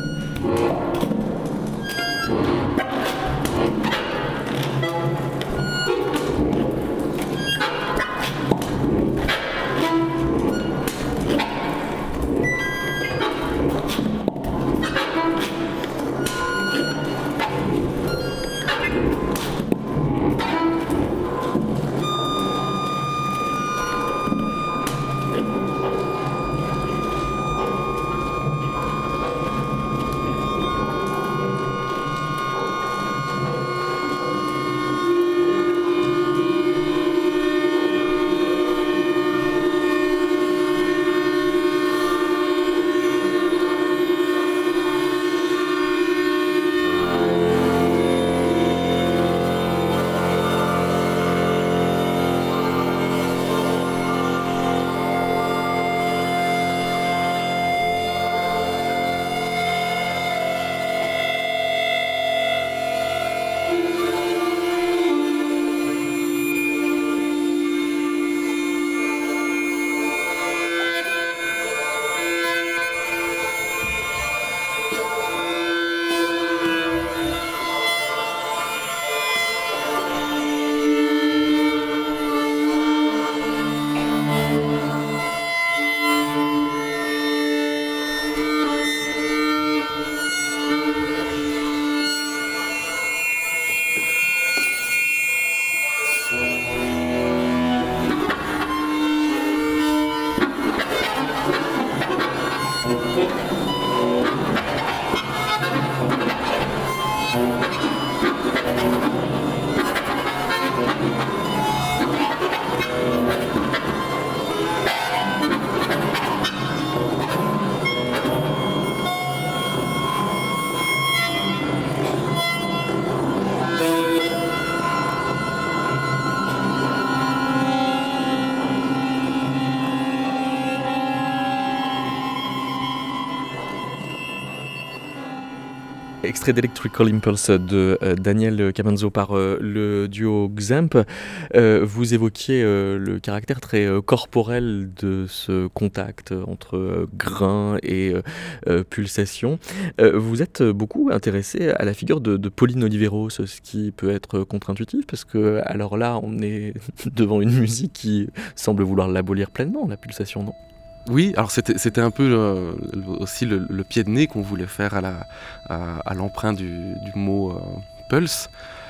Extrait d'Electrical Impulse de euh, Daniel Camanzo par euh, le duo Xamp. Euh, vous évoquiez euh, le caractère très euh, corporel de ce contact entre euh, grain et euh, euh, pulsation. Euh, vous êtes beaucoup intéressé à la figure de, de Pauline Oliveros, ce qui peut être contre-intuitif, parce que alors là, on est devant une musique qui semble vouloir l'abolir pleinement, la pulsation, non ? Oui, alors c'était, c'était un peu le, le, aussi le, le pied de nez qu'on voulait faire à, la, à, à l'emprunt du, du mot euh, pulse.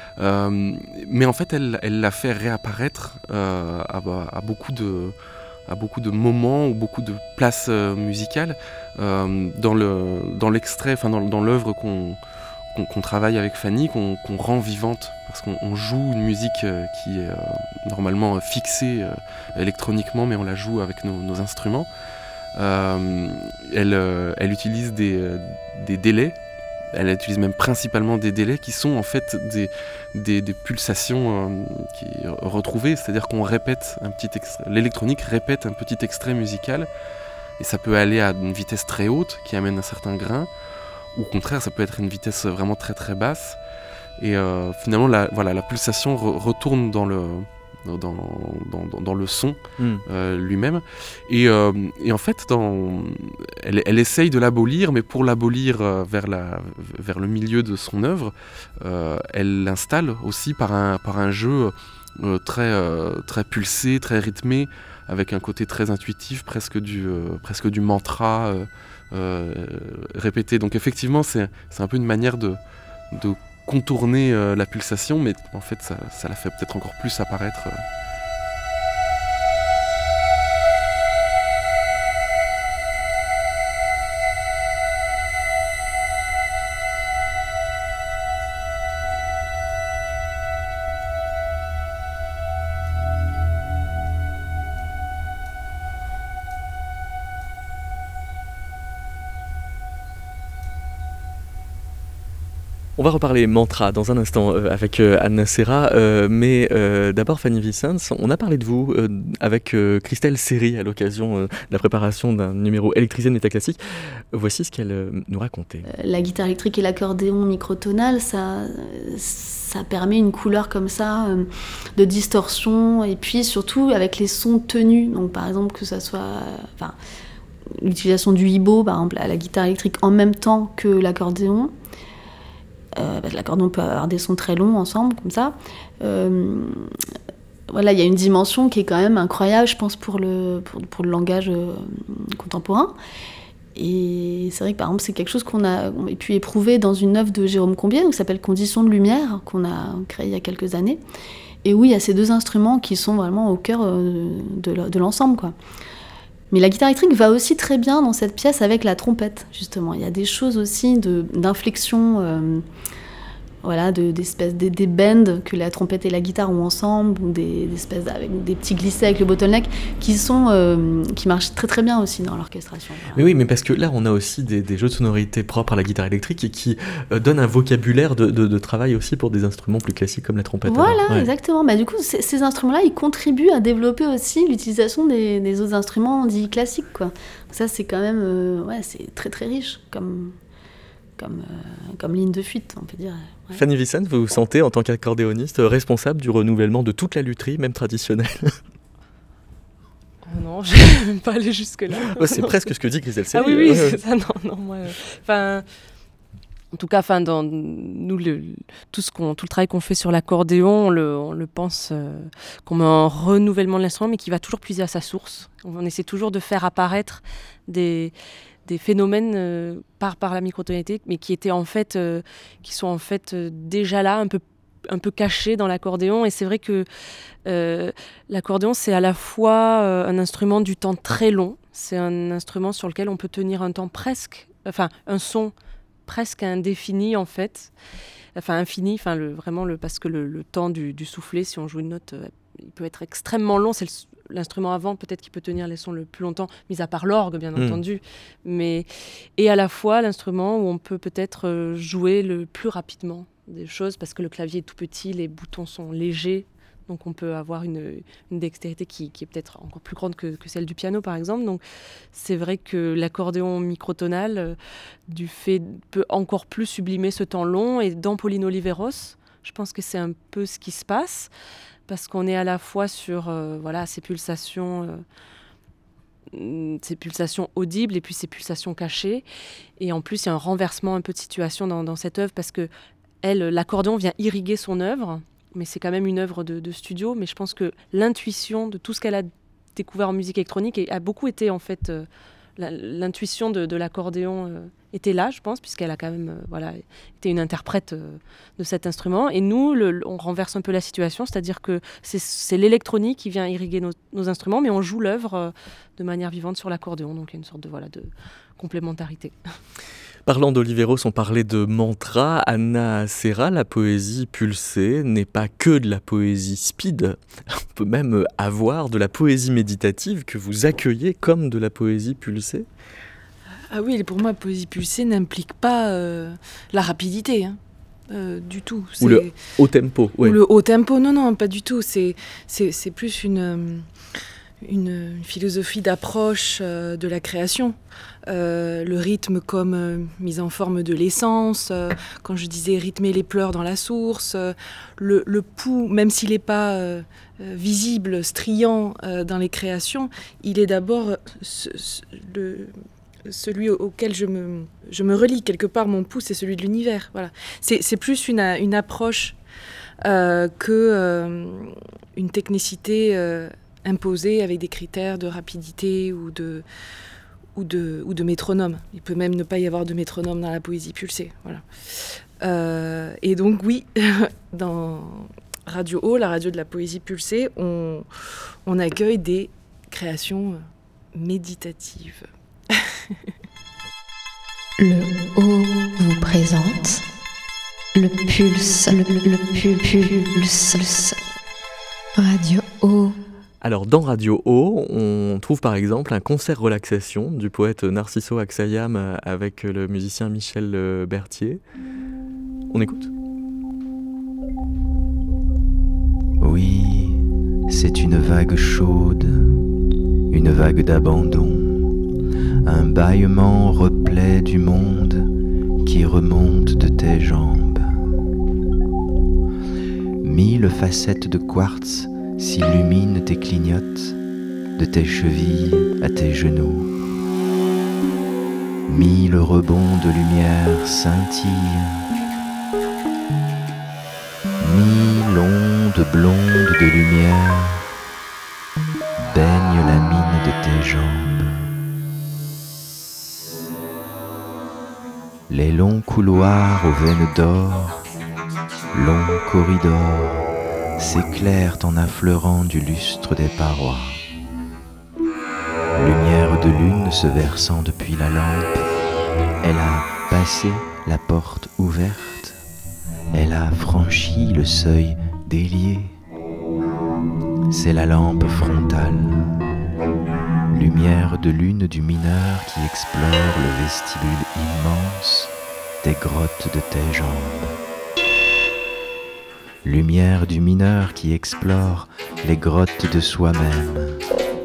Euh, mais en fait, elle, elle l'a fait réapparaître euh, à, à, beaucoup de, à beaucoup de moments ou beaucoup de places euh, musicales. Euh, dans, le, dans l'extrait, enfin dans, dans l'œuvre qu'on, qu'on, qu'on travaille avec Fanny, qu'on, qu'on rend vivante, parce qu'on on joue une musique euh, qui est euh, normalement fixée euh, électroniquement, mais on la joue avec nos, nos instruments. Euh, elle, euh, elle utilise des, euh, des délais, elle utilise même principalement des délais qui sont en fait des, des, des pulsations euh, qui, retrouvées, c'est-à-dire qu'on répète un petit extrait, l'électronique répète un petit extrait musical, et ça peut aller à une vitesse très haute qui amène un certain grain, ou au contraire ça peut être une vitesse vraiment très très basse, et euh, finalement la, voilà, la pulsation re- retourne dans le... Dans, dans, dans le son mm. euh, lui-même. Et, euh, et en fait, dans, elle, elle essaye de l'abolir, mais pour l'abolir euh, vers, la, vers le milieu de son œuvre, euh, elle l'installe aussi par un, par un jeu euh, très, euh, très pulsé, très rythmé, avec un côté très intuitif, presque du, euh, presque du mantra euh, euh, répété. Donc effectivement, c'est, c'est un peu une manière de, de contourner euh, la pulsation, mais en fait, ça, ça la fait peut-être encore plus apparaître. Euh. On va reparler mantra dans un instant euh, avec euh, Anna Serra, euh, mais euh, d'abord Fanny Vicens, on a parlé de vous euh, avec euh, Christelle Seri à l'occasion euh, de la préparation d'un numéro électrisé de Métaclassique. Voici ce qu'elle euh, nous racontait. La guitare électrique et l'accordéon microtonal, ça, ça permet une couleur comme ça euh, de distorsion, et puis surtout avec les sons tenus, donc par exemple que ça soit... Enfin, l'utilisation du hibo, par exemple, à la guitare électrique en même temps que l'accordéon. Euh, parce que l'accordéon peut avoir des sons très longs ensemble, comme ça. Euh, voilà, il y a une dimension qui est quand même incroyable, je pense, pour le, pour, pour le langage euh, contemporain. Et c'est vrai que, par exemple, c'est quelque chose qu'on a, on a pu éprouver dans une œuvre de Jérôme Combier, qui s'appelle Conditions de lumière, qu'on a créée il y a quelques années. Et où il y a ces deux instruments qui sont vraiment au cœur euh, de, de l'ensemble, quoi. Mais la guitare électrique va aussi très bien dans cette pièce avec la trompette, justement. Il y a des choses aussi de, d'inflexion, euh, voilà, de, d'espèces, des, des bends que la trompette et la guitare ont ensemble, ou des, des espèces avec des petits glissés avec le bottleneck, qui, sont, euh, qui marchent très très bien aussi dans l'orchestration. Voilà. Mais oui, mais parce que là, on a aussi des, des jeux de sonorités propres à la guitare électrique et qui euh, donnent un vocabulaire de, de, de travail aussi pour des instruments plus classiques comme la trompette. Voilà, ouais. Exactement. Bah, du coup, c- ces instruments-là, ils contribuent à développer aussi l'utilisation des, des autres instruments dits classiques, quoi. Ça, c'est quand même euh, ouais, c'est très très riche comme, comme, euh, comme ligne de fuite, on peut dire. Ouais. Fanny Vicens, vous vous sentez en tant qu'accordéoniste responsable du renouvellement de toute la lutherie, même traditionnelle? Oh non, je ne vais même pas aller jusque-là. Ouais, c'est presque ce que dit Christelle Seri. Ah oui, oui, c'est ça, non, non, moi... Enfin... Euh, En tout cas, enfin, dans nous, le, tout, ce qu'on, tout le travail qu'on fait sur l'accordéon, on le, on le pense euh, comme un renouvellement de l'instrument, mais qui va toujours puiser à sa source. On, on essaie toujours de faire apparaître des, des phénomènes euh, par, par la microtonalité, mais qui étaient en fait, euh, qui sont en fait euh, déjà là, un peu, un peu cachés dans l'accordéon. Et c'est vrai que euh, l'accordéon, c'est à la fois euh, un instrument du temps très long. C'est un instrument sur lequel on peut tenir un temps presque, enfin, un son presque indéfini en fait, enfin infini, enfin le, vraiment le, parce que le, le temps du, du soufflet, si on joue une note, euh, il peut être extrêmement long. C'est le, l'instrument avant peut-être qui peut tenir les sons le plus longtemps, mis à part l'orgue bien mmh. entendu, mais et à la fois l'instrument où on peut peut-être euh, jouer le plus rapidement des choses parce que le clavier est tout petit, les boutons sont légers. Donc on peut avoir une, une dextérité qui, qui est peut-être encore plus grande que, que celle du piano, par exemple. Donc c'est vrai que l'accordéon microtonal, euh, du fait, peut encore plus sublimer ce temps long. Et dans Pauline Oliveros, je pense que c'est un peu ce qui se passe, parce qu'on est à la fois sur euh, voilà, ces pulsations... Euh, ces pulsations audibles et puis ces pulsations cachées. Et en plus, il y a un renversement un peu de situation dans, dans cette œuvre, parce que elle, l'accordéon vient irriguer son œuvre, mais c'est quand même une œuvre de, de studio. Mais je pense que l'intuition de tout ce qu'elle a découvert en musique électronique a beaucoup été, en fait, euh, la, l'intuition de, de l'accordéon euh, était là, je pense, puisqu'elle a quand même euh, voilà, été une interprète euh, de cet instrument. Et nous, le, on renverse un peu la situation, c'est-à-dire que c'est, c'est l'électronique qui vient irriguer nos, nos instruments, mais on joue l'œuvre euh, de manière vivante sur l'accordéon. Donc il y a une sorte de, voilà, de complémentarité. Parlant d'Oliveros, on parlait de mantra. Anna Serra, la poésie pulsée n'est pas que de la poésie speed. On peut même avoir de la poésie méditative que vous accueillez comme de la poésie pulsée. Ah oui, pour moi, la poésie pulsée n'implique pas euh, la rapidité, hein, euh, du tout. C'est... Ou le haut tempo. Ouais. Ou le haut tempo, non, non, pas du tout. C'est, c'est, c'est plus une... Une, une philosophie d'approche euh, de la création. Euh, le rythme comme euh, mise en forme de l'essence, euh, quand je disais rythmer les pleurs dans la source, euh, le, le pouls, même s'il n'est pas euh, visible, striant euh, dans les créations, il est d'abord ce, ce, le, celui auquel je me, je me relie. Quelque part, mon pouls, c'est celui de l'univers. Voilà. C'est, c'est plus une, une approche euh, que euh, une technicité euh, imposée avec des critères de rapidité ou de, ou, de, ou de métronome. Il peut même ne pas y avoir de métronome dans la poésie pulsée. Voilà. Euh, et donc oui, dans Radio O, la radio de la poésie pulsée, on, on accueille des créations méditatives. Le O vous présente le pulse, le, le pulse, pulse. Radio O. Alors dans Radio O, on trouve par exemple un concert relaxation du poète Narciso Axayam avec le musicien Michel Berthier. On écoute. Oui, c'est une vague chaude, une vague d'abandon, un bâillement replet du monde qui remonte de tes jambes. Mille facettes de quartz s'illuminent et clignotent de tes chevilles à tes genoux. Mille rebonds de lumière scintillent. Mille ondes blondes de lumière baignent la mine de tes jambes. Les longs couloirs aux veines d'or, longs corridors, s'éclairent en affleurant du lustre des parois. Lumière de lune se versant depuis la lampe, elle a passé la porte ouverte, elle a franchi le seuil délié. C'est la lampe frontale, lumière de lune du mineur qui explore le vestibule immense des grottes de tes jambes. Lumière du mineur qui explore les grottes de soi-même.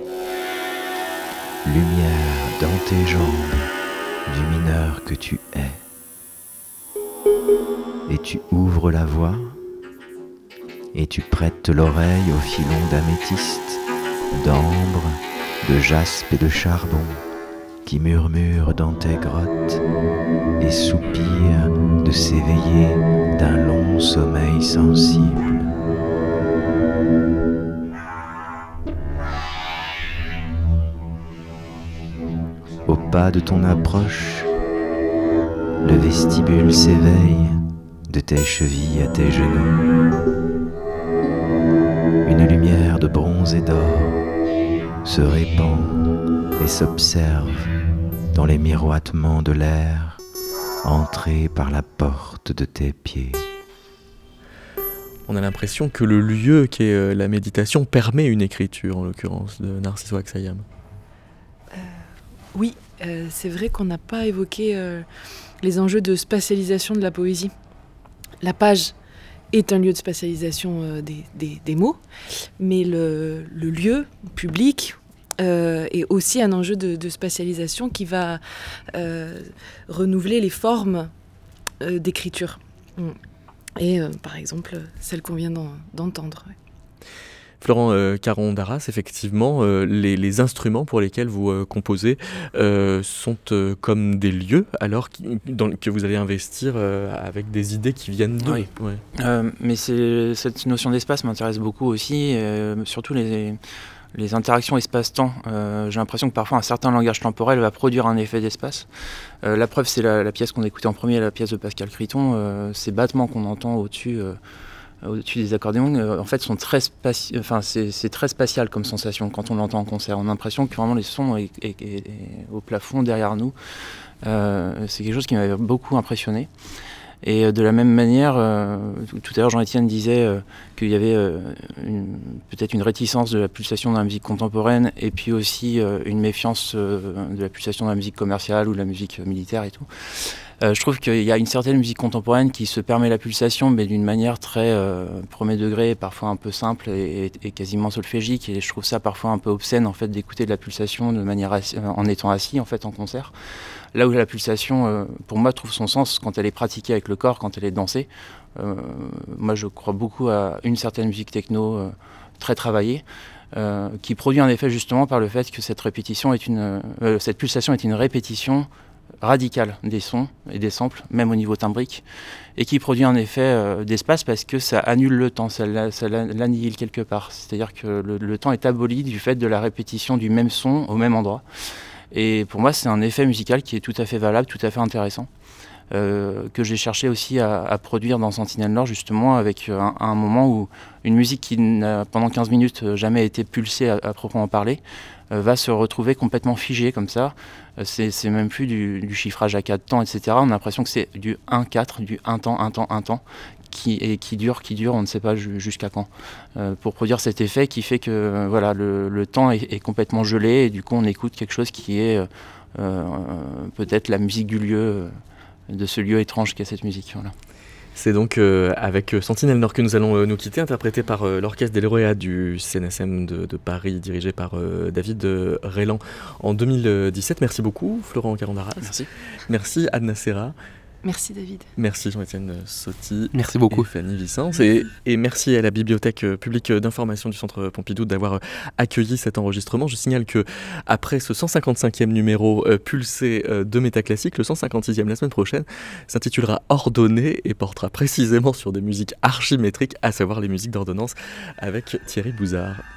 Lumière dans tes jambes du mineur que tu es. Et tu ouvres la voie, et tu prêtes l'oreille aux filons d'améthyste, d'ambre, de jaspe et de charbon qui murmurent dans tes grottes et soupirent de s'éveiller d'un long sommeil sensible. Au pas de ton approche, le vestibule s'éveille de tes chevilles à tes genoux. Une lumière de bronze et d'or se répand et s'observe dans les miroitements de l'air entré par la porte de tes pieds. On a l'impression que le lieu qui est la méditation permet une écriture, en l'occurrence, de Narciso Axayam. Euh, oui, euh, c'est vrai qu'on n'a pas évoqué euh, les enjeux de spatialisation de la poésie. La page est un lieu de spatialisation euh, des, des, des mots, mais le, le lieu public euh, est aussi un enjeu de, de spatialisation qui va euh, renouveler les formes euh, d'écriture. Et euh, par exemple, celle qu'on vient d'en, d'entendre. Ouais. Florent euh, Caron-Darras, effectivement, euh, les, les instruments pour lesquels vous euh, composez euh, sont euh, comme des lieux, alors qui, dans, que vous allez investir euh, avec des idées qui viennent d'eux. Oui. Ouais. Euh, mais c'est, cette notion d'espace m'intéresse beaucoup aussi, euh, surtout les, les interactions espace-temps. Euh, j'ai l'impression que parfois un certain langage temporel va produire un effet d'espace. Euh, la preuve, c'est la, la pièce qu'on écoutait en premier, la pièce de Pascal Criton. Euh, ces battements qu'on entend au-dessus... Euh, au-dessus des accordéons, euh, en fait, sont très spati- enfin, c'est, c'est très spatial comme sensation quand on l'entend en concert. On a l'impression que vraiment les sons est, est, est, est au plafond derrière nous. Euh, c'est quelque chose qui m'avait beaucoup impressionné. Et euh, de la même manière, euh, tout à l'heure Jean-Étienne disait euh, qu'il y avait euh, une, peut-être une réticence de la pulsation dans la musique contemporaine et puis aussi euh, une méfiance euh, de la pulsation dans la musique commerciale ou de la musique militaire et tout. Euh, je trouve qu'il y a une certaine musique contemporaine qui se permet la pulsation, mais d'une manière très euh, premier degré, parfois un peu simple et, et, et quasiment solfégique. Et je trouve ça parfois un peu obscène en fait d'écouter de la pulsation de manière assis, en étant assis en fait en concert. Là où la pulsation, euh, pour moi, trouve son sens quand elle est pratiquée avec le corps, quand elle est dansée. Euh, moi, je crois beaucoup à une certaine musique techno euh, très travaillée. Euh, qui produit un effet justement par le fait que cette répétition est une, euh, cette pulsation est une répétition radical des sons et des samples, même au niveau timbrique, et qui produit un effet euh, d'espace parce que ça annule le temps, ça, la, ça l'annihile quelque part. C'est-à-dire que le, le temps est aboli du fait de la répétition du même son au même endroit. Et pour moi, c'est un effet musical qui est tout à fait valable, tout à fait intéressant, euh, que j'ai cherché aussi à, à produire dans Sentinelle Nord, justement, avec un, un moment où une musique qui n'a pendant quinze minutes jamais été pulsée à, à proprement parler, euh, va se retrouver complètement figée comme ça. Euh, c'est, c'est même plus du, du chiffrage à quatre temps, et cetera. On a l'impression que c'est du un quatre, du un temps, un temps, un temps, qui, et qui dure, qui dure, on ne sait pas ju- jusqu'à quand, euh, pour produire cet effet qui fait que euh, voilà, le, le temps est, est complètement gelé, et du coup on écoute quelque chose qui est euh, euh, peut-être la musique du lieu, euh, de ce lieu étrange qu'est cette musique. Voilà. C'est donc euh, avec Sentinelle Nord que nous allons euh, nous quitter, interprété par euh, l'Orchestre des lauréats du C N S M de, de Paris, dirigé par euh, David euh, Rélan en deux mille dix-sept. Merci beaucoup, Florent Carandaras. Merci. Merci, Adna Serra. Merci David. Merci Jean-Étienne Sotti. Merci beaucoup. Et Fanny Vicence. Et, et merci à la Bibliothèque publique d'information du Centre Pompidou d'avoir accueilli cet enregistrement. Je signale que après ce cent cinquante-cinquième numéro euh, pulsé euh, de Métaclassique, le cent cinquante-sixième la semaine prochaine s'intitulera Ordonné et portera précisément sur des musiques archimétriques, à savoir les musiques d'ordonnance avec Thierry Bouzard.